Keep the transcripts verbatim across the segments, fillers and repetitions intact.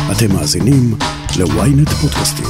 אתם מאזינים ל-ynet פודקאסטים.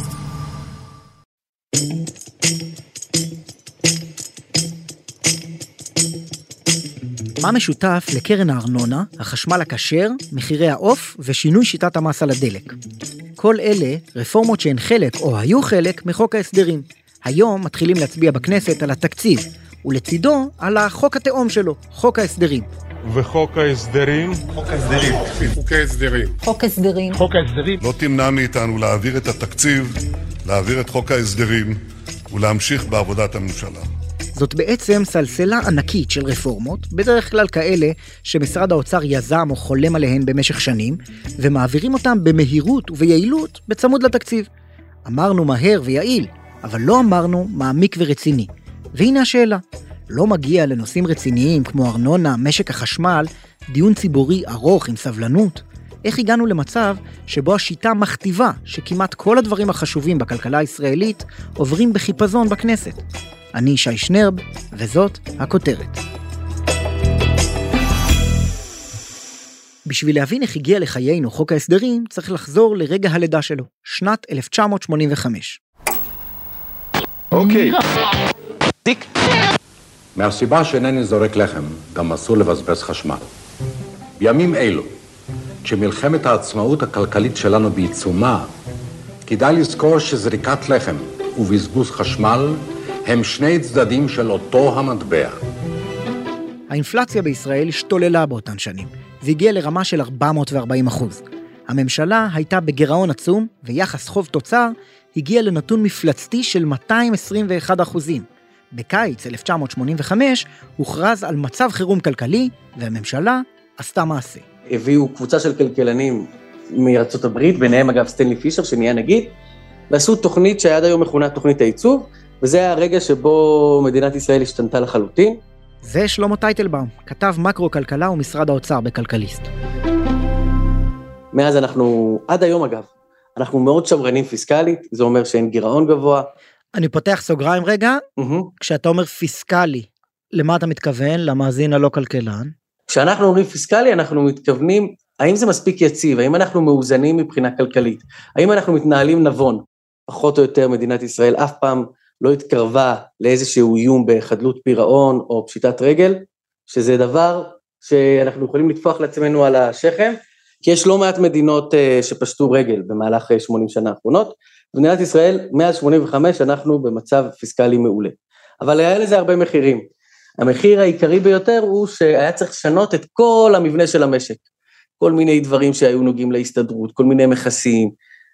מה משותף לקרן הארנונה, החשמל הכשר, מחירי העוף ושינוי שיטת המס על הדלק? כל אלה רפורמות שהן חלק או היו חלק מחוק ההסדרים. היום מתחילים להצביע בכנסת על התקציב, ולצידו על החוק התאום שלו, חוק ההסדרים. וחוק ההסדרים? חוק ההסדרים. חוק ההסדרים. חוק ההסדרים. חוק ההסדרים. לא תמנע מאיתנו להעביר את התקציב, להעביר את חוק ההסדרים ולהמשיך בעבודת הממשלה. זאת בעצם סלסלה ענקית של רפורמות, בדרך כלל כאלה שמשרד האוצר יזם או חולם עליהן במשך שנים, ומעבירים אותם במהירות וביעילות בצמוד לתקציב. אמרנו מהר ויעיל, אבל לא אמרנו מעמיק ורציני. והנה השאלה, לא מגיע לנושאים רציניים כמו ארנונה, משק החשמל, דיון ציבורי ארוך עם סבלנות? איך הגענו למצב שבו השיטה מכתיבה שכמעט כל הדברים החשובים בכלכלה הישראלית עוברים בחיפזון בכנסת? אני שי שנרב, וזאת הכותרת. בשביל להבין איך הגיע לחיינו חוק ההסדרים, צריך לחזור לרגע הלידה שלו, שנת אלף תשע מאות שמונים וחמש. אוקיי. טיק. מהסיבה שאינני זורק לחם, גם אסור לבזבז חשמל. בימים אלו, כשמלחמת העצמאות הכלכלית שלנו בעיצומה, כדאי לזכור שזריקת לחם ובזבוז חשמל הם שני צדדים של אותו המטבע. האינפלציה בישראל השתוללה באותן שנים, והגיעה לרמה של ארבע מאות וארבעים אחוז. הממשלה הייתה בגירעון עצום, ויחס חוב תוצר הגיע לנתון מפלצתי של מאתיים עשרים ואחד אחוזים. בקיץ אלף תשע מאות שמונים וחמש הוכרז על מצב חירום כלכלי, והממשלה עשתה מעשה. הביאו קבוצה של כלכלנים מארצות הברית, ביניהם אגב סטנלי פישר שנהיה נגיד, ועשו תוכנית שעד היום מכונה תוכנית העיצוב, וזה היה הרגע שבו מדינת ישראל השתנתה לחלוטין. זה שלמה טייטלבאום, כתב מקרו-כלכלה ומשרד האוצר בכלכליסט. מאז אנחנו, עד היום אגב, אנחנו מאוד שמרנים פיסקלית, זה אומר שאין גירעון גבוה. אני פותח סוגריים רגע, mm-hmm. כשאתה אומר פיסקלי, למה אתה מתכוון? למאזין הלא כלכלן? כשאנחנו אומרים פיסקלי, אנחנו מתכוונים, האם זה מספיק יציב? האם אנחנו מאוזנים מבחינה כלכלית? האם אנחנו מתנהלים נבון? פחות או יותר מדינת ישראל אף פעם לא התקרבה לאיזשהו איום בחדלות פירעון או פשיטת רגל, שזה דבר שאנחנו יכולים לתפוח לעצמנו על השכם, כי יש לא מעט מדינות שפשטו רגל במהלך שמונים שנה האחרונות, במדינת ישראל מאז שמונים וחמש אנחנו במצב פיסקלי מעולה, אבל היה לזה הרבה מחירים. המחיר העיקרי ביותר הוא שהיה צריך לשנות את כל המבנה של המשק, כל מיני דברים שהיו נוגעים להסתדרות, כל מיני מכסים,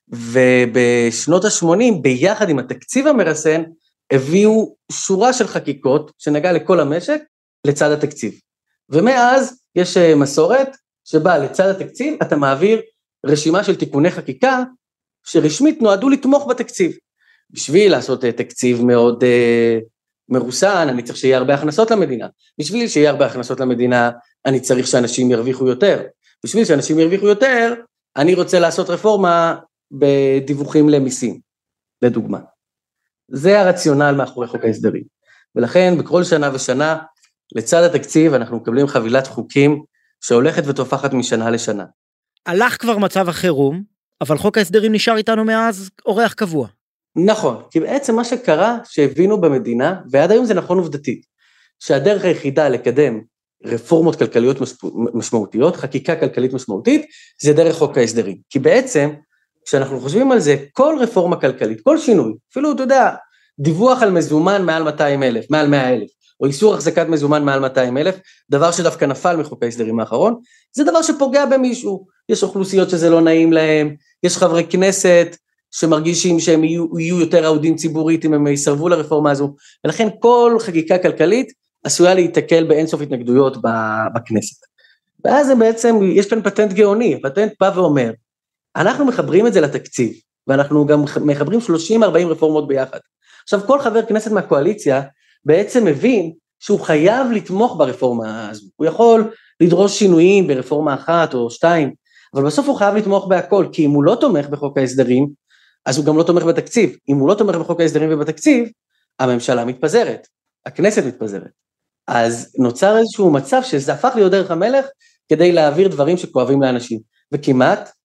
ובשנות ה-שמונים, ביחד עם התקציב המרסן, הביאו שורה של חקיקות שנגעה לכל המשק לצד התקציב. ומאז יש מסורת שבה לצד התקציב אתה מעביר רשימה של תיקוני חקיקה שרשמית נועדו לתמוך בתקציב. בשביל לעשות תקציב מאוד uh, מרוסן, אני צריך שיהיה הרבה הכנסות למדינה. בשביל שיהיה הרבה הכנסות למדינה, אני צריך שאנשים ירוויחו יותר. בשביל שאנשים ירוויחו יותר, אני רוצה לעשות רפורמה בדיווחים למיסים, לדוגמה. זה הרציונל מאחורי חוק ההסדרים. ולכן בכל שנה ושנה, לצד התקציב אנחנו מקבלים חבילת חוקים שהולכת ותופחת משנה לשנה. הלך כבר מצב החירום, אבל חוק ההסדרים נשאר איתנו מאז אורח קבוע. נכון, כי בעצם מה שקרה שהבינו במדינה, ועד היום זה נכון עובדתית, שהדרך היחידה לקדם רפורמות כלכליות משמעותיות, חקיקה כלכלית משמעותית, זה דרך חוק ההסדרים. כי בעצם, כשאנחנו חושבים על זה, כל רפורמה כלכלית, כל שינוי, אפילו אתה יודע, דיווח על מזומן מעל מאתיים אלף, מעל מאה אלף, או איסור החזקת מזומן מעל מאתיים אלף, דבר שדווקא נפל מחוק ההסדרים האחרון, זה דבר שפוגע במישהו. יש אוכלוסיות שזה לא נעים להם, יש חברי כנסת שמרגישים שהם יהיו, יהיו יותר עauדים ציבורית אם הם יסרבו לרפורמה הזו, ולכן כל חקיקה כלכלית עשויה להתקל באינסוף התנגדויות בכנסת. ואז זה בעצם, יש כאן פטנט גאוני, הפטנט בא ואומר, אנחנו מחברים את זה לתקציב, ואנחנו גם מחברים שלושים ארבעים רפורמות ביחד. עכשיו כל חבר כנסת מהקואליציה בעצם מבין שהוא חייב לתמוך ברפורמה הזו, הוא יכול לדרוש שינויים ברפורמה אחת או שתיים, אבל בסוף הוא חייב לתמוך בהכל, כי אם הוא לא תומך בחוק ההסדרים, אז הוא גם לא תומך בתקציב. אם הוא לא תומך בחוק ההסדרים ובתקציב, הממשלה מתפזרת, הכנסת מתפזרת. אז נוצר איזשהו מצב שזה הפך להיות דרך המלך, כדי להעביר דברים שכואבים לאנשים. וכמעט,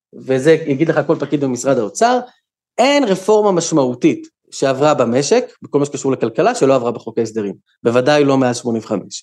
וזה יגיד לך כל פקיד במשרד האוצר, אין רפורמה משמעותית שעברה במשק, בכל מה שקשור לכלכלה, שלא עברה בחוק ההסדרים. בוודאי לא מאז שמונים וחמש.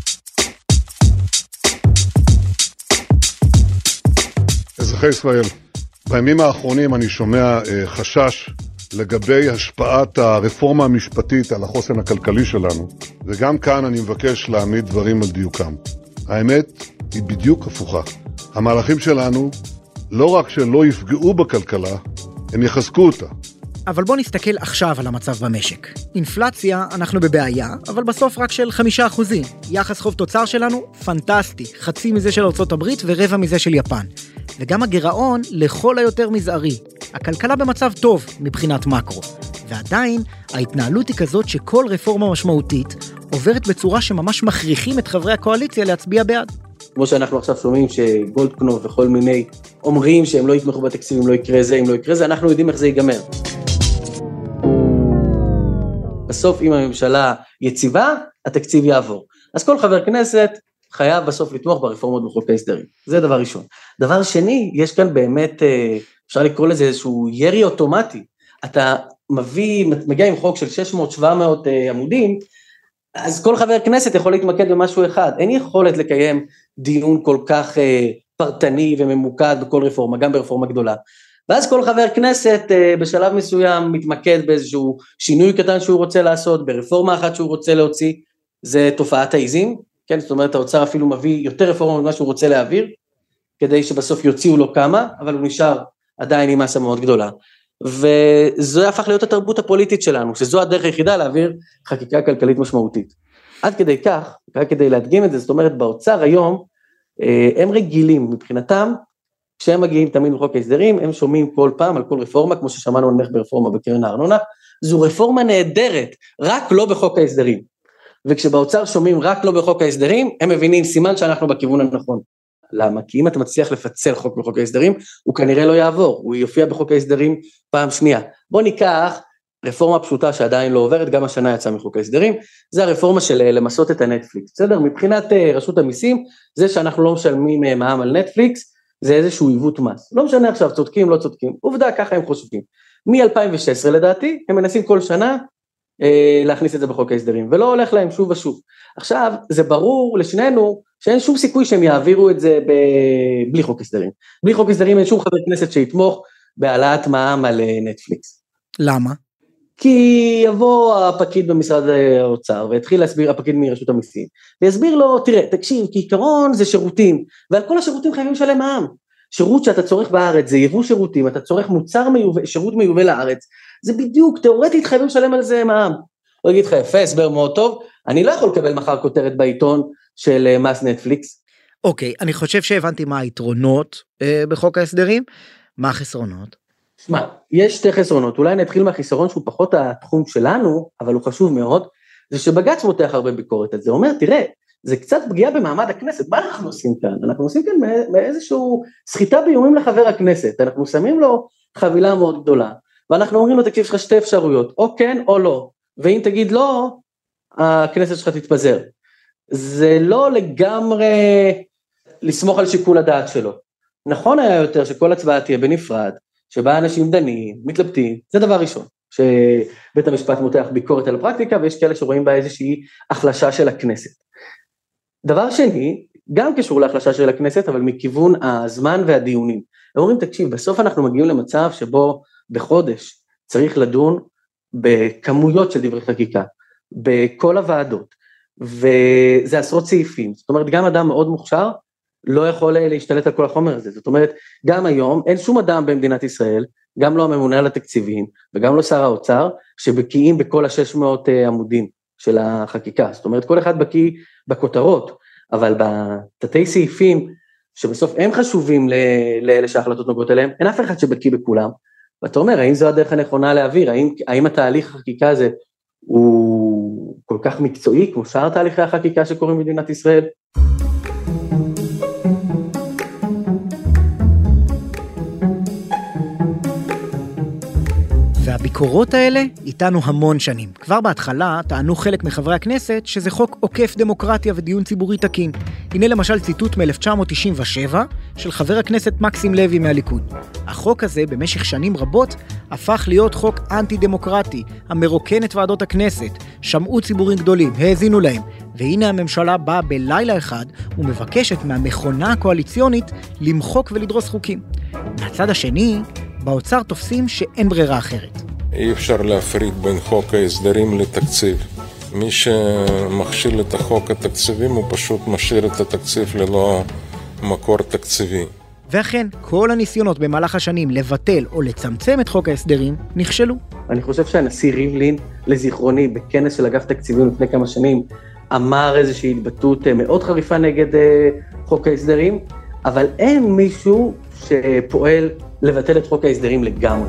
אזרחי ישראל, בימים האחרונים אני שומע uh, חשש לגבי השפעת הרפורמה המשפטית על החוסן הכלכלי שלנו, וגם כאן אני מבקש להעמיד דברים על דיוקם. האמת היא בדיוק הפוכה. המהלכים שלנו לא רק שלא יפגעו בכלכלה, הם יחזקו אותה. אבל בוא נסתכל עכשיו על המצב במשק. אינפלציה, אנחנו בבעיה, אבל בסוף רק של חמישה אחוזים. יחס חוב תוצר שלנו, פנטסטי. חצי מזה של ארצות הברית ורבע מזה של יפן. וגם הגירעון לכל היותר מזערי. הכלכלה במצב טוב מבחינת מקרו. ועדיין, ההתנהלות היא כזאת שכל רפורמה משמעותית עוברת בצורה שממש מכריחים את חברי הקואליציה להצביע בעד. כמו שאנחנו עכשיו שומעים שגולדקנופ וכל מיני אומרים שהם לא יתמכו בתקציב אם לא יקרה זה, אם לא יקרה זה, אנחנו יודעים איך זה ייגמר. בסוף אם הממשלה יציבה, התקציב יעבור. אז כל חבר כנסת חייב בסוף לתמוך ברפורמות בחוק ההסדרים. זה דבר ראשון. דבר שני, יש כאן באמת, אפשר לקרוא לזה איזשהו ירי אוטומטי. אתה מביא, מגיע עם חוק של שש מאות שבע מאות עמודים, אז כל חבר כנסת יכול להתמקד במשהו אחד. אין יכולת לקיים דיון כל כך פרטני וממוקד בכל רפורמה, גם ברפורמה גדולה. ואז כל חבר כנסת בשלב מסוים מתמקד באיזשהו שינוי קטן שהוא רוצה לעשות, ברפורמה אחת שהוא רוצה להוציא, זה תופעת העיזים, כן? זאת אומרת, האוצר אפילו מביא יותר רפורמה ממה שהוא רוצה להעביר, כדי שבסוף יוציאו לו כמה, אבל הוא נשאר עדיין עם מסה מאוד גדולה. וזו הפך להיות התרבות הפוליטית שלנו, שזו הדרך היחידה להעביר חקיקה כלכלית משמעותית. עד כדי כך, רק כדי להדגים את זה, זאת אומרת, באוצר היום, הם רגילים מבחינתם, כשהם מגיעים תמיד לחוק ההסדרים, הם שומעים כל פעם על כל רפורמה, כמו ששמענו על מלך ברפורמה בקרן הארנונה, זו רפורמה נהדרת, רק לא בחוק ההסדרים. וכשבאוצר שומעים רק לא בחוק ההסדרים, הם מבינים סימן שאנחנו בכיוון הנכון. למה? כי אם אתה מצליח לפצל חוק בחוק ההסדרים, הוא כנראה לא יעבור, הוא יופיע בחוק ההסדרים פעם שנייה. בוא ניקח רפורמה פשוטה שעדיין לא עוברת, גם השנה יצאה מחוק ההסדרים, זה הרפורמה של למסות את הנטפליקס, בסדר? מבחינת רשות המיסים, זה שאנחנו לא משלמים מע"מ על נטפליקס, זה איזשהו עיוות מס. לא משנה עכשיו, צודקים, לא צודקים, עובדה, ככה הם חושבים. מ-אלפיים ושש עשרה לדעתי, הם מנסים כל שנה אה, להכניס את זה בחוק ההסדרים, ולא הולך להם שוב ושוב. עכשיו, זה ברור לשנינו, שאין שום סיכוי שהם יעבירו את זה ב... בלי חוק הסדרים. בלי חוק הסדרים אין שום חבר כנסת שיתמוך בהעלאת מע"מ על נטפליקס. למה? כי יבוא הפקיד במשרד האוצר, והתחיל להסביר, הפקיד מרשות המיסים, ויסביר לו, תראה, תקשיב, כעיקרון זה שירותים, ועל כל השירותים חייבים לשלם מע"מ. שירות שאתה צורך בארץ, זה יבוא שירותים, אתה צורך מוצר מיובא, שירות מיובא לארץ, זה בדיוק, תיאורטית חייבים לשלם על זה מע"מ. הוא יגיד לך, יפה, הסבר מאוד טוב, אני לא יכול לקבל מחר כותרת בעיתון של מס נטפליקס. אוקיי, אני חושב שהבנתי מה היתרונות אה, בחוק ההסדרים, מה החסרונות? שמע, יש שתי חסרונות, אולי נתחיל מהחיסרון שהוא פחות התחום שלנו, אבל הוא חשוב מאוד, זה שבג"ץ מותח הרבה ביקורת על זה, הוא אומר, תראה, זה קצת פגיעה במעמד הכנסת, מה אנחנו עושים כאן? אנחנו עושים כאן מאיזשהו סחיטה באיומים לחבר הכנסת, אנחנו שמים לו חבילה מאוד גדולה, ואנחנו אומרים לו, תקשיב, יש לך שתי אפשרויות, או כן או לא, ואם תגיד לא, הכנסת שלך תתפזר. זה לא לגמרי לסמוך על שיקול הדעת שלו. נכון היה יותר שכל הצבעה תהיה בנפרד, שבה אנשים דנים, מתלבטים, זה דבר ראשון, שבית המשפט מותח ביקורת על הפרקטיקה, ויש כאלה שרואים בה איזושהי החלשה של הכנסת. דבר שני, גם קשור להחלשה של הכנסת, אבל מכיוון הזמן והדיונים. הם אומרים, תקשיב, בסוף אנחנו מגיעים למצב שבו בחודש צריך לדון בכמויות של דברי חקיקה, בכל הוועדות, וזה עשרות סעיפים, זאת אומרת, גם אדם מאוד מוכשר, לא יכול להשתלט על כל החומר הזה, זאת אומרת, גם היום אין שום אדם במדינת ישראל, גם לא הממונה על התקציבים, וגם לא שר האוצר, שבקיאים בכל ה-שש מאות עמודים של החקיקה, זאת אומרת, כל אחד בקיא בכותרות, אבל בתתי סעיפים, שבסוף הם חשובים לאלה שההחלטות נוגעות אליהם, אין אף אחד שבקיא בכולם, ואתה אומר, האם זו הדרך הנכונה להעביר, האם, האם התהליך החקיקה הזה, הוא כל כך מקצועי, כמו שאר תהליכי החקיקה שקורים במדינת ישראל? הביקורות האלה איתנו המון שנים. כבר בהתחלה טענו חלק מחברי הכנסת שזה חוק עוקף דמוקרטיה ודיון ציבורי תקין. הנה למשל ציטוט מ-אלף תשע מאות תשעים ושבע של חבר הכנסת מקסים לוי מהליכוד. החוק הזה במשך שנים רבות הפך להיות חוק אנטי-דמוקרטי, המרוקן את ועדות הכנסת, שמעו ציבורים גדולים, האזינו להם, והנה הממשלה באה בלילה אחד ומבקשת מהמכונה הקואליציונית למחוק ולדרוס חוקים. מהצד השני, באוצר תופסים שאין ברירה אחרת. אי אפשר להפריד בין חוק ההסדרים לתקציב. מי שמכשיל את החוק התקציבים הוא פשוט משאיר את התקציב ללא מקור תקציבי. ואכן, כל הניסיונות במהלך השנים לבטל או לצמצם את חוק ההסדרים נכשלו. אני חושב שהנשיא ריבלין, לזיכרוני, בכנס של אגף תקציבים לפני כמה שנים, אמר איזושהי התבטאות מאוד חריפה נגד חוק ההסדרים, אבל אין מישהו שפועל לבטל את חוק ההסדרים לגמרי.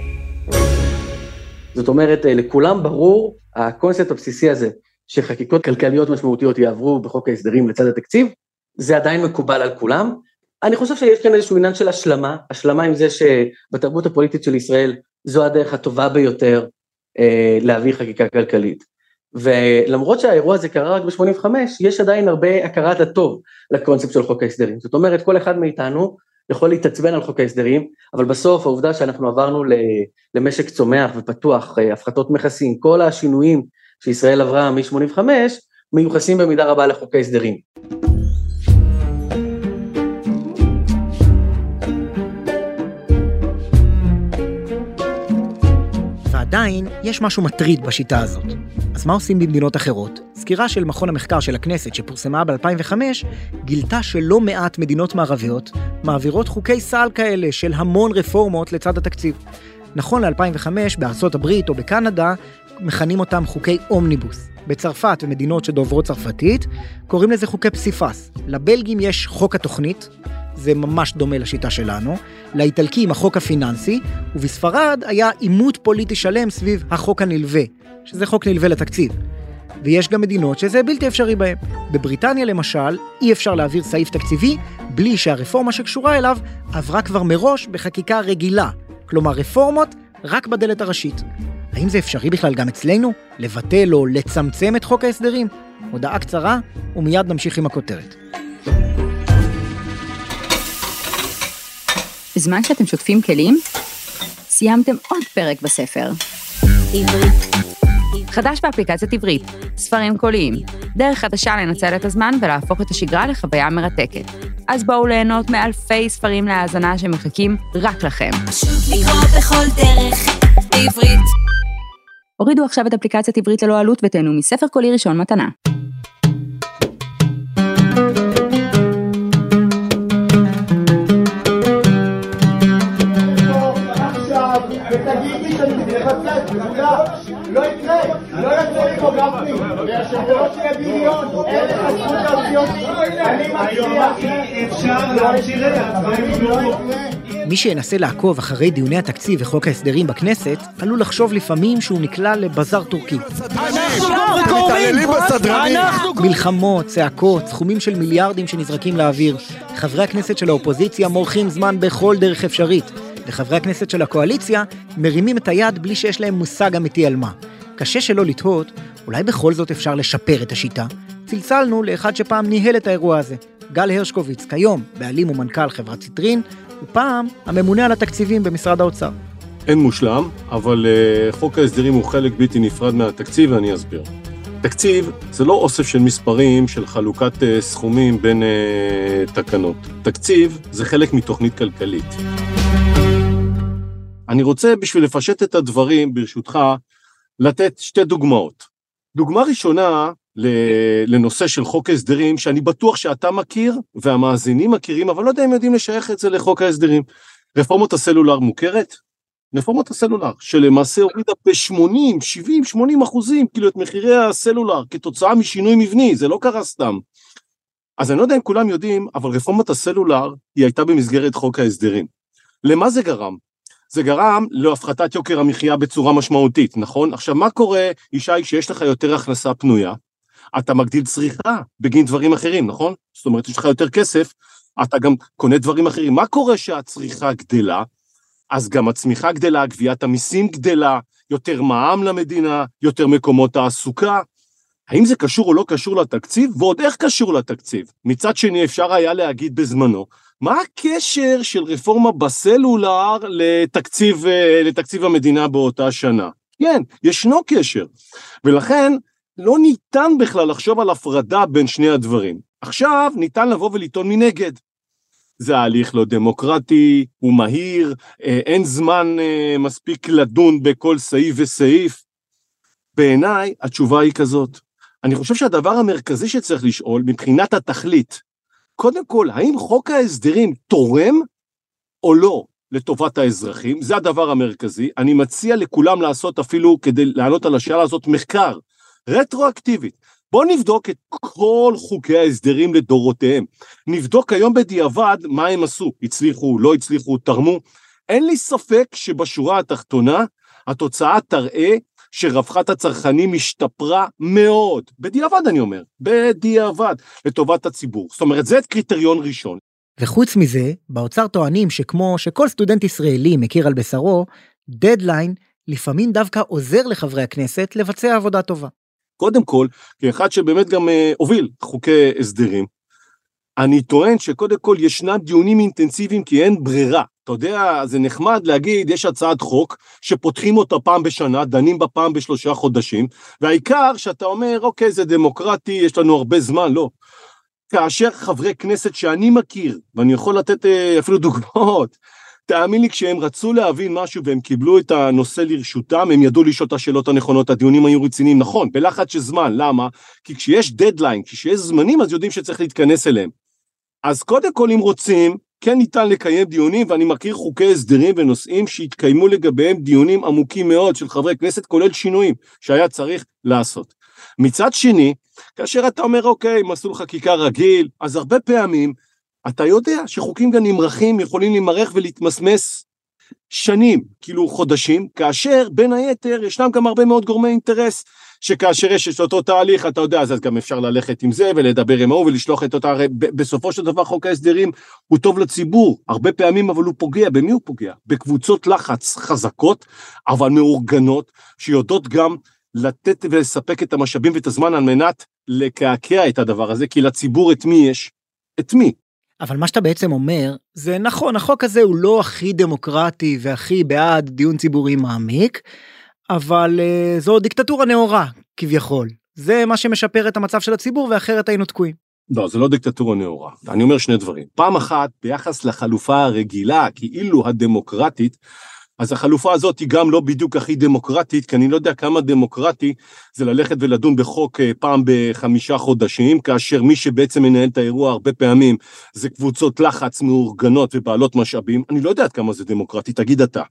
זאת אומרת, לכולם ברור, הקונספט הבסיסי הזה, שחקיקות כלכליות משמעותיות יעברו בחוק ההסדרים לצד התקציב, זה עדיין מקובל על כולם. אני חושב שיש כאן איזשהו עניין של השלמה, השלמה עם זה שבתרבות הפוליטית של ישראל, זו הדרך הטובה ביותר אה, להביא חקיקה כלכלית. ולמרות שהאירוע הזה קרה רק ב-שמונים וחמש, יש עדיין הרבה הכרת הטוב לקונספט של חוק ההסדרים. זאת אומרת, כל אחד מאיתנו יכול להתעצבן על חוק ההסדרים, אבל בסוף העובדה שאנחנו עברנו למשק צומח ופתוח, הפחתות מכסים, כל השינויים שישראל עברה מ-שמונים וחמש, מיוחסים במידה רבה לחוק ההסדרים. ועדיין יש משהו מטריד בשיטה הזאת. אז מה עושים במדינות אחרות? סקירה של מכון המחקר של הכנסת שפורסמה ב-אלפיים וחמש גילתה שלא מעט מדינות מערביות מעבירות חוקי סל כאלה של המון רפורמות לצד התקציב. נכון ל-אלפיים וחמש בארצות הברית או בקנדה מכנים אותם חוקי אומניבוס. בצרפת ומדינות שדוברות צרפתית קוראים לזה חוקי פסיפס. לבלגים יש חוק התוכנית, זה ממש דומה לשיטה שלנו, לאיטלקים החוק הפיננסי, ובספרד היה עימות פוליטי שלם סביב החוק הנלווה, שזה חוק נלווה לתקציב. ויש גם מדינות שזה בלתי אפשרי בהם. בבריטניה למשל, אי אפשר להעביר סעיף תקציבי בלי שהרפורמה שקשורה אליו עברה כבר מראש בחקיקה רגילה. כלומר, רפורמות רק בדלת הראשית. האם זה אפשרי בכלל גם אצלנו? לבטל או לצמצם את חוק ההסדרים? הודעה קצרה, ומיד נמשיך עם הכותרת. בזמן שאתם שוטפים כלים, סיימתם עוד פרק בספר. עברית. חדש באפליקציית עברית, ספרים קוליים, דרך חדשה לנצל את הזמן ולהפוך את השגרה לחוויה מרתקת. אז בואו ליהנות מאלפי ספרים להאזנה שמחכים רק לכם. פשוט לקרוא בכל דרך, עברית. הורידו עכשיו את אפליקציית עברית ללא עלות ותיהנו מספר קולי ראשון מתנה. לא יקרה, לא יצא לי פה גפני, והשבועות של הביליון, אין לך זכות להוציא אותי, אני מצליח. אפשר להמשיך את הצבעים. מי שינסה לעקוב אחרי דיוני התקציב וחוק ההסדרים בכנסת, עלול לחשוב לפעמים שהוא נקלע לבזר טורקי. מלחמות, צעקות, סכומים של מיליארדים שנזרקים לאוויר. חברי הכנסת של האופוזיציה מורחים זמן בכל דרך אפשרית. וחברי הכנסת של הקואליציה מרימים את היד בלי שיש להם מושג אמיתי על מה. קשה שלא לתהות, אולי בכל זאת אפשר לשפר את השיטה. צלצלנו לאחד שפעם ניהל את האירוע הזה, גל הרשקוביץ, כיום בעלים ומנכ"ל חברת ציטרין, ופעם הממונה על התקציבים במשרד האוצר. אין מושלם, אבל uh, חוק ההסדרים הוא חלק בלתי נפרד מהתקציב, ואני אסביר. תקציב זה לא אוסף של מספרים של חלוקת uh, סכומים בין uh, תקנות. תקציב זה חלק מתוכנית כלכלית. אני רוצה בשביל לפשט את הדברים, ברשותך, לתת שתי דוגמאות. דוגמה ראשונה לנושא של חוק ההסדרים, שאני בטוח שאתה מכיר, והמאזינים מכירים, אבל לא יודע אם יודעים לשייך את זה לחוק ההסדרים. רפורמת הסלולר מוכרת? רפורמת הסלולר, שלמעשה הורידה ב-שמונים, שבעים, שמונים אחוזים, כאילו את מחירי הסלולר, כתוצאה משינוי מבני, זה לא קרה סתם. אז אני לא יודע אם כולם יודעים, אבל רפורמת הסלולר, היא הייתה במסגרת חוק ההסדרים. למה זה גרם? זה גרם להפחתת יוקר המחיה בצורה משמעותית, נכון? עכשיו, מה קורה, ישי, שיש לך יותר הכנסה פנויה? אתה מגדיל צריכה בגין דברים אחרים, נכון? זאת אומרת, יש לך יותר כסף, אתה גם קונה דברים אחרים. מה קורה שהצריכה גדלה? אז גם הצמיחה גדלה, גביית המיסים גדלה, יותר מע"מ למדינה, יותר מקומות תעסוקה. האם זה קשור או לא קשור לתקציב? ועוד איך קשור לתקציב? מצד שני אפשר היה להגיד בזמנו, מה הקשר של רפורמה בסלולר לתקציב, לתקציב המדינה באותה שנה? כן, ישנו קשר. ולכן לא ניתן בכלל לחשוב על הפרדה בין שני הדברים. עכשיו ניתן לבוא ולטעון מנגד. זה ההליך לא דמוקרטי, הוא מהיר, אין זמן מספיק לדון בכל סעיף וסעיף. בעיניי התשובה היא כזאת. אני חושב שהדבר המרכזי שצריך לשאול מבחינת התכלית, קודם כל, האם חוק ההסדרים תורם או לא לטובת האזרחים? זה הדבר המרכזי. אני מציע לכולם לעשות אפילו כדי לענות על השאלה הזאת מחקר, רטרואקטיבית. בואו נבדוק את כל חוקי ההסדרים לדורותיהם. נבדוק היום בדיעבד מה הם עשו. הצליחו, לא הצליחו, תרמו. אין לי ספק שבשורה התחתונה התוצאה תראה שרווחת הצרכנים השתפרה מאוד. בדיעבד אני אומר, בדיעבד, לטובת הציבור. זאת אומרת, זה קריטריון ראשון. וחוץ מזה, באוצר טוענים שכמו שכל סטודנט ישראלי מכיר על בשרו, דדליין לפעמים דווקא עוזר לחברי הכנסת לבצע עבודה טובה. קודם כל, כאחד שבאמת גם אה, הוביל חוקי הסדרים, אני טוען שקודם כל ישנם דיונים אינטנסיביים כי אין ברירה. אתה יודע, זה נחמד להגיד, יש הצעת חוק שפותחים אותה פעם בשנה, דנים בה פעם בשלושה חודשים, והעיקר שאתה אומר, אוקיי, זה דמוקרטי, יש לנו הרבה זמן, לא. כאשר חברי כנסת שאני מכיר, ואני יכול לתת אה, אפילו דוגמאות, תאמין לי, כשהם רצו להבין משהו והם קיבלו את הנושא לרשותם, הם ידעו לשאול את השאלות הנכונות, הדיונים היו רציניים, נכון, בלחץ של זמן, למה? כי כשיש דדליין, כשיש זמנים, אז יודעים שצריך להתכנס אליהם. אז קודם כל, אם רוצים, כן ניתן לקיים דיונים, ואני מכיר חוקי הסדרים ונושאים שהתקיימו לגביהם דיונים עמוקים מאוד של חברי כנסת, כולל שינויים שהיה צריך לעשות. מצד שני, כאשר אתה אומר, אוקיי, מסלול חקיקה רגיל, אז הרבה פעמים, אתה יודע שחוקים גם נמרחים, יכולים למרח ולהתמסמס שנים, כאילו חודשים, כאשר בין היתר ישנם גם הרבה מאוד גורמי אינטרס, שכאשר יש אותו תהליך, אתה יודע, אז גם אפשר ללכת עם זה ולדבר עם ההוא ולשלוח את אותה, בסופו של דבר חוק ההסדרים הוא טוב לציבור, הרבה פעמים אבל הוא פוגע, במי הוא פוגע? בקבוצות לחץ חזקות, אבל מאורגנות, שיודעות גם לתת ולספק את המשאבים ואת הזמן על מנת לקעקע את הדבר הזה, כי לציבור את מי יש? את מי? אבל מה שאתה בעצם אומר, זה נכון, החוק הזה הוא לא הכי דמוקרטי והכי בעד דיון ציבורי מעמיק, אבל uh, זו דיקטטורה נאורה, כביכול. זה מה שמשפר את המצב של הציבור, ואחרת היינו תקועים. לא, זה לא דיקטטורה נאורה. אני אומר שני דברים. פעם אחת, ביחס לחלופה הרגילה, כאילו הדמוקרטית, אז החלופה הזאת היא גם לא בדיוק הכי דמוקרטית, כי אני לא יודע כמה דמוקרטי זה ללכת ולדון בחוק פעם בחמישה חודשים, כאשר מי שבעצם מנהל את האירוע הרבה פעמים, זה קבוצות לחץ מאורגנות ובעלות משאבים. אני לא יודע עד כמה זה דמוקרטי, תגיד אתה.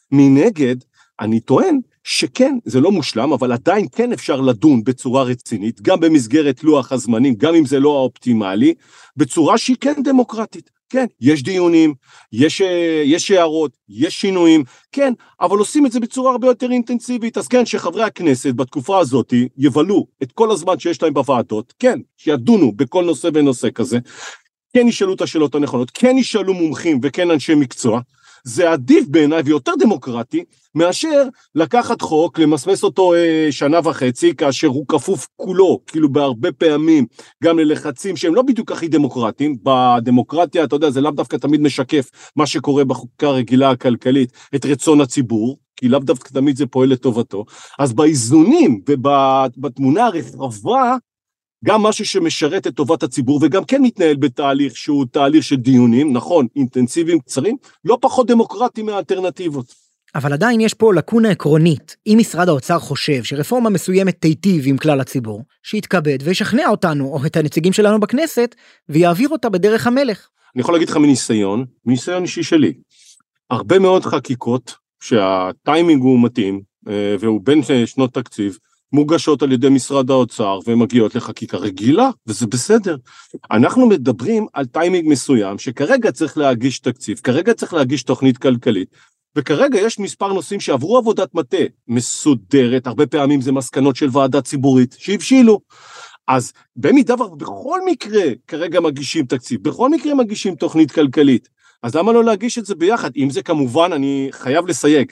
מנגד, אני טוען שכן, זה לא מושלם, אבל עדיין כן אפשר לדון בצורה רצינית, גם במסגרת לוח הזמנים, גם אם זה לא האופטימלי, בצורה שהיא כן דמוקרטית. כן, יש דיונים, יש, יש הערות, יש שינויים, כן, אבל עושים את זה בצורה הרבה יותר אינטנסיבית, אז כן, שחברי הכנסת בתקופה הזאת יבלו את כל הזמן שיש להם בוועדות, כן, שידונו בכל נושא ונושא כזה, כן ישאלו את השאלות הנכונות, כן ישאלו מומחים וכן אנשי מקצוע, זה עדיף בעיניי ויותר דמוקרטי, מאשר לקחת חוק, למסמס אותו אה, שנה וחצי, כאשר הוא כפוף כולו, כאילו בהרבה פעמים, גם ללחצים שהם לא בדיוק הכי דמוקרטיים, בדמוקרטיה, אתה יודע, זה לאו דווקא תמיד משקף מה שקורה בחוקה הרגילה הכלכלית, את רצון הציבור, כי לאו דווקא תמיד זה פועל לטובתו, אז באיזונים ובתמונה הרחבה, גם משהו שמשרת את טובת הציבור, וגם כן מתנהל בתהליך שהוא תהליך של דיונים, נכון, אינטנסיביים, קצרים, לא פחות דמוקרטיים מהאלטרנטיבות. אבל עדיין יש פה לקונה עקרונית. אם משרד האוצר חושב שרפורמה מסוימת תיטיב עם כלל הציבור, שיתכבד וישכנע אותנו, או את הנציגים שלנו בכנסת, ויעביר אותה בדרך המלך. אני יכול להגיד לך מניסיון, מניסיון אישי שלי. הרבה מאוד חקיקות, שהטיימינג הוא מתאים, והוא בין שנות תקציב, מוגשות על ידי משרד האוצר ומגיעות לחקיקה רגילה, וזה בסדר. אנחנו מדברים על טיימינג מסוים, שכרגע צריך להגיש תקציב, כרגע צריך להגיש תוכנית כלכלית, וכרגע יש מספר נושאים שעברו עבודת מטה מסודרת, הרבה פעמים זה מסקנות של ועדה ציבורית, שהבשילו. אז במידה בכל מקרה כרגע מגישים תקציב, בכל מקרה מגישים תוכנית כלכלית, אז למה לא להגיש את זה ביחד? אם זה כמובן, אני חייב לסייג,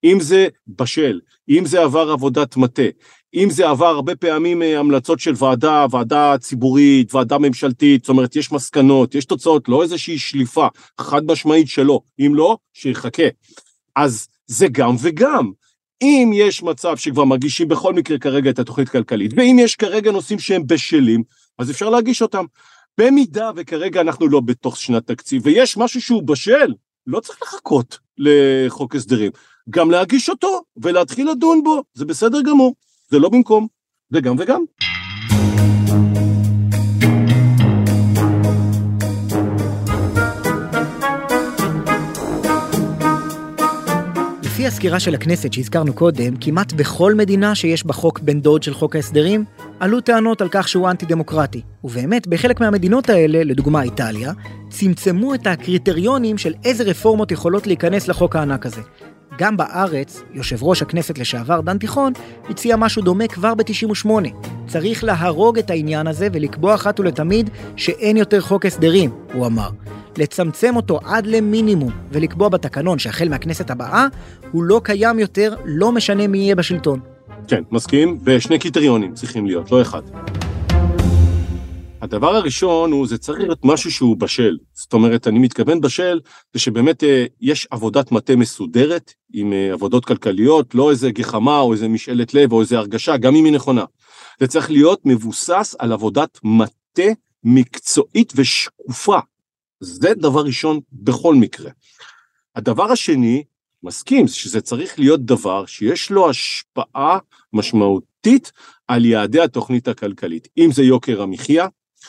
אם זה בשל, אם זה עבר עבודת מטה, אם זה עבר הרבה פעמים המלצות של ועדה, ועדה ציבורית, ועדה ממשלתית, זאת אומרת, יש מסקנות, יש תוצאות, לא איזושהי שליפה, חד משמעית שלא, אם לא, שיחכה. אז זה גם וגם. אם יש מצב שכבר מגישים בכל מקרה כרגע את התוכנית כלכלית, ואם יש כרגע נושאים שהם בשלים, אז אפשר להגיש אותם. במידה וכרגע אנחנו לא בתוך שנת תקציב, ויש משהו שהוא בשל, לא צריך לחכות לחוק הסדרים. גם להגיש אותו ולהתחיל לדון בו, זה בסדר גמור, זה לא במקום, זה גם וגם. לפי הסקירה של הכנסת שהזכרנו קודם, כמעט בכל מדינה שיש בחוק בן דוד של חוק ההסדרים, עלו טענות על כך שהוא אנטי-דמוקרטי. ובאמת, בחלק מהמדינות האלה, לדוגמה איטליה, צמצמו את הקריטריונים של איזה רפורמות יכולות להיכנס לחוק הענק הזה. גם בארץ, יושב ראש הכנסת לשעבר דן תיכון, הציע משהו דומה כבר ב-תשעים ושמונה. צריך להרוג את העניין הזה ולקבוע אחת ולתמיד שאין יותר חוק הסדרים, הוא אמר. לצמצם אותו עד למינימום ולקבוע בתקנון שהחל מהכנסת הבאה, הוא לא קיים יותר, לא משנה מי יהיה בשלטון. כן, מסכים, ושני קריטריונים צריכים להיות, לא אחד. הדבר הראשון הוא, זה צריך להיות משהו שהוא בשל. זאת אומרת, אני מתכוון בשל, זה שבאמת אה, יש עבודת מטה מסודרת, עם אה, עבודות כלכליות, לא איזה גחמה או איזה משאלת לב או איזה הרגשה, גם אם היא נכונה. זה צריך להיות מבוסס על עבודת מטה מקצועית ושקופה. זה דבר ראשון בכל מקרה. הדבר השני, מסכים, שזה צריך להיות דבר שיש לו השפעה משמעותית על יעדי התוכנית הכלכלית. אם זה יוקר המחיה,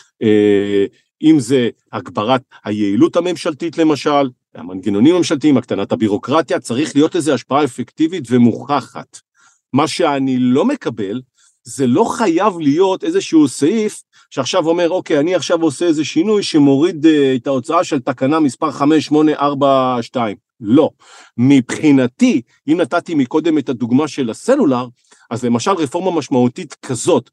אם זה הגברת היעילות הממשלתית למשל, המנגנונים הממשלתיים, הקטנת הבירוקרטיה, צריך להיות איזו השפעה אפקטיבית ומוכחת. מה שאני לא מקבל, זה לא חייב להיות איזשהו סעיף, שעכשיו אומר, אוקיי, אני עכשיו עושה איזה שינוי שמוריד את ההוצאה של תקנה מספר חמש שמונה ארבע שתיים. לא. מבחינתי, אם נתתי מקודם את הדוגמה של הסלולר, אז למשל רפורמה משמעותית כזאת,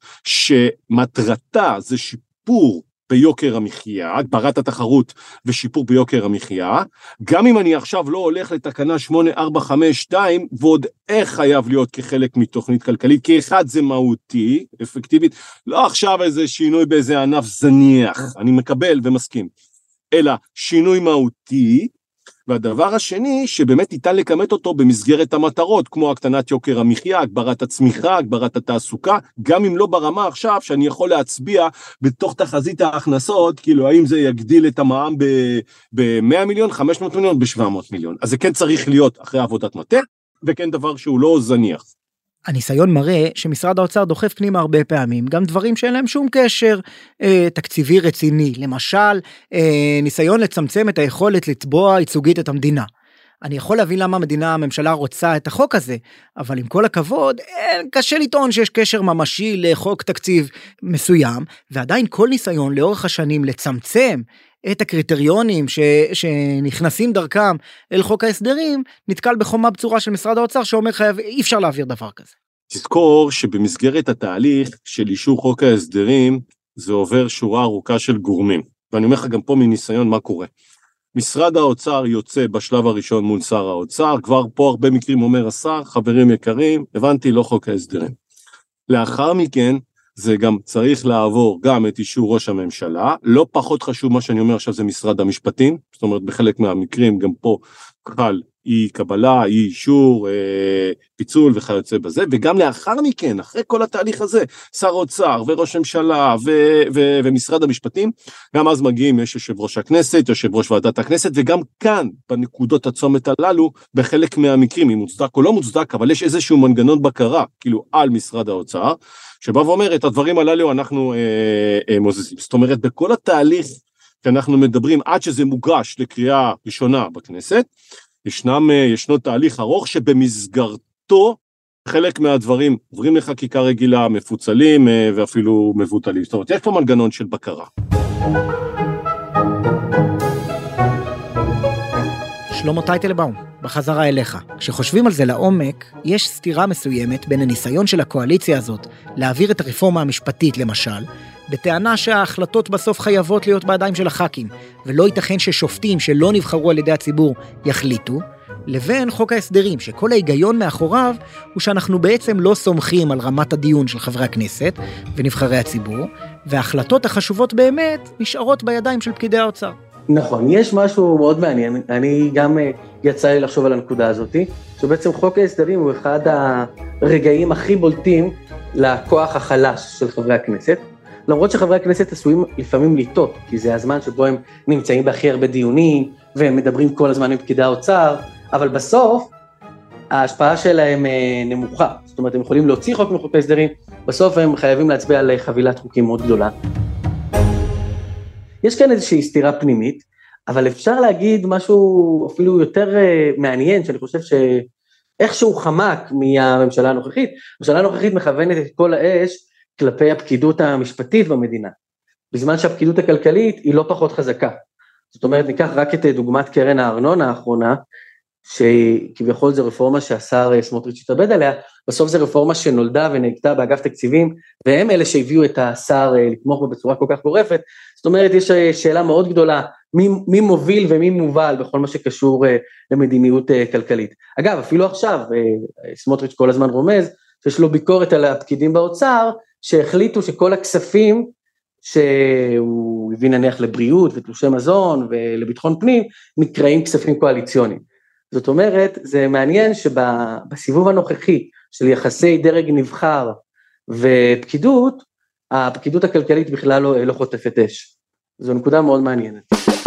שמטרתה זה שיפור ביוקר המחיה, הגברת התחרות ושיפור ביוקר המחיה, גם אם אני עכשיו לא הולך לתקנה שמונה ארבע חמש שתיים, ועוד איך חייב להיות כחלק מתוכנית כלכלית, כי אחד זה מהותי, אפקטיבית, לא עכשיו איזה שינוי באיזה ענף זניח, אני מקבל ומסכים, אלא שינוי מהותי, והדבר השני, שבאמת ניתן לקמת אותו במסגרת המטרות, כמו הקטנת יוקר המחיה, הגברת הצמיחה, הגברת התעסוקה, גם אם לא ברמה עכשיו, שאני יכול להצביע בתוך תחזית ההכנסות, כאילו האם זה יגדיל את המע"מ ב-מאה מיליון, חמש מאות מיליון, ב-שבע מאות מיליון. אז זה כן צריך להיות אחרי עבודת מטה, וכן דבר שהוא לא זניח. הניסיון מראה שמשרד האוצר דוחף פנימה הרבה פעמים, גם דברים שאין להם שום קשר אה, תקציבי רציני, למשל אה, ניסיון לצמצם את היכולת לתבוע ייצוגית את המדינה. אני יכול להבין למה המדינה, הממשלה רוצה את החוק הזה, אבל עם כל הכבוד, אין, קשה לטעון שיש קשר ממשי לחוק תקציב מסוים, ועדיין כל ניסיון לאורך השנים לצמצם את הקריטריונים ש, שנכנסים דרכם אל חוק ההסדרים, נתקל בחומה בצורה של משרד האוצר שאומר חייב, אי אפשר להעביר דבר כזה. תזכור שבמסגרת התהליך של אישור חוק ההסדרים, זה עובר שורה ארוכה של גורמים, ואני אומר לך גם פה מניסיון מה קורה. משרד האוצר יוצא בשלב הראשון מול שר האוצר, כבר פה הרבה מקרים אומר השר, חברים יקרים, הבנתי, לא חוק ההסדרים. לאחר מכן, זה גם צריך לעבור גם את אישור ראש הממשלה, לא פחות חשוב מה שאני אומר עכשיו זה משרד המשפטים, זאת אומרת בחלק מהמקרים גם פה חל אי קבלה, אי אישור, אה, פיצול וכיוצא בזה, וגם לאחר מכן, אחרי כל התהליך הזה, שר אוצר וראש ממשלה ו- ו- ומשרד המשפטים, גם אז מגיעים, יש יושב ראש הכנסת, יושב ראש ועדת הכנסת, וגם כאן, בנקודות הצומת הללו, בחלק מהמקרים, אם מוצדק או לא מוצדק, אבל יש איזשהו מנגנון בקרה, כאילו על משרד האוצר, שבא ואומר, את הדברים הללו אנחנו אה, אה, מוזזים. זאת אומרת, בכל התהליך שאנחנו מדברים, עד שזה מוגש לקריאה ראשונה בכנסת, ישנם, ישנו תהליך ארוך שבמסגרתו חלק מהדברים עוברים לחקיקה רגילה, מפוצלים ואפילו מבוטלים. זאת אומרת, יש פה מנגנון של בקרה. שלמה טייטלבאום, בחזרה אליך. כשחושבים על זה לעומק, יש סתירה מסוימת בין הניסיון של הקואליציה הזאת להעביר את הרפורמה המשפטית למשל, בטענה שההחלטות בסוף חייבות להיות בידיים של הח"כים, ולא ייתכן ששופטים שלא נבחרו על ידי הציבור יחליטו, לבין חוק ההסדרים, שכל ההיגיון מאחוריו הוא שאנחנו בעצם לא סומכים על רמת הדיון של חברי הכנסת ונבחרי הציבור, וההחלטות החשובות באמת נשארות בידיים של פקידי האוצר. נכון, יש משהו מאוד מעניין, אני גם יצא לי לחשוב על הנקודה הזאת, שבעצם חוק ההסדרים הוא אחד הרגעים הכי בולטים לכוח החלש של חברי הכנסת, למרות שחברי הכנסת עשויים לפעמים לטעות, כי זה הזמן שבו הם נמצאים בהכי הרבה דיונים, והם מדברים כל הזמן עם פקידי האוצר, אבל בסוף ההשפעה שלהם נמוכה, זאת אומרת הם יכולים להוציא חוק מחוק ההסדרים, בסוף הם חייבים להצביע על חבילת חוקים מאוד גדולה. יש כאן איזושהי סתירה פנימית, אבל אפשר להגיד משהו אפילו יותר מעניין, שאני חושב שאיכשהו חמק מהממשלה הנוכחית, הממשלה הנוכחית מכוונת את כל האש כלפי הפקידות המשפטית במדינה, בזמן שהפקידות הכלכלית היא לא פחות חזקה. זאת אומרת, ניקח רק את דוגמת קרן הארנונה האחרונה, שכביכול זו רפורמה שהשר סמוטריץ' התאבד עליה, בסוף זו רפורמה שנולדה ונהגתה באגף תקציבים, והם אלה שהביאו את השר לתמוך בה בצורה כל כך גורפת. זאת אומרת, יש שאלה מאוד גדולה, מי, מי מוביל ומי מובל בכל מה שקשור למדיניות כלכלית. אגב, אפילו עכשיו, סמוטריץ' כל הזמן רומז, שיש לו ביקורת על הפקידים באוצר, שהחליטו שכל הכספים שהוא הביא נניח לבריאות ותלושי מזון ולביטחון פנים, נקראים כספים קואליציוניים. זאת אומרת, זה מעניין שבסיבוב הנוכחי של יחסי דרג נבחר ופקידות, הפקידות הכלכלית בכלל לא, לא חוטפת אש. זו נקודה מאוד מעניינת.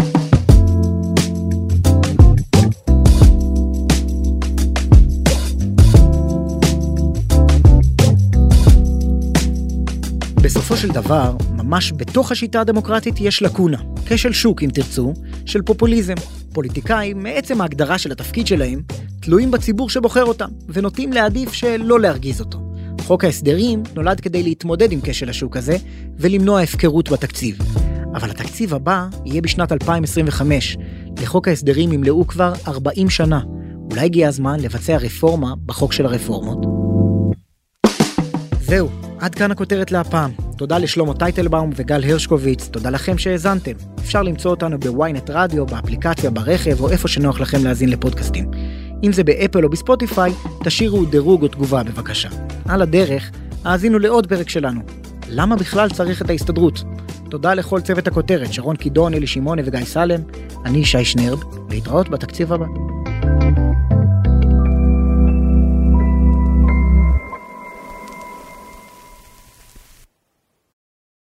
בסופו של דבר, ממש בתוך השיטה הדמוקרטית יש לקונה, כשל שוק אם תרצו, של פופוליזם. פוליטיקאים, מעצם ההגדרה של התפקיד שלהם, תלויים בציבור שבוחר אותם, ונוטים להעדיף שלא להרגיז אותו. חוק ההסדרים נולד כדי להתמודד עם כשל השוק הזה, ולמנוע הפקרות בתקציב. אבל התקציב הבא יהיה בשנת אלפיים עשרים וחמש. לחוק ההסדרים ימלאו כבר ארבעים שנה. אולי הגיע הזמן לבצע רפורמה בחוק של הרפורמות. זהו, עד כאן הכותרת להפעם. תודה לשלמה טייטלבאום וגל הרשקוביץ, תודה לכם שהאזנתם. אפשר למצוא אותנו בוויינט רדיו, באפליקציה, ברכב או איפה שנוח לכם להאזין לפודקאסטים. אם זה באפל או בספוטיפיי, תשאירו דירוג או תגובה בבקשה. על הדרך, האזינו לעוד פרק שלנו. למה בכלל צריך את ההסתדרות? תודה לכל צוות הכותרת, שרון קידון, אלי שמעוני וגיא סלם. אני שי שנרב, להתראות בתקציב הבא.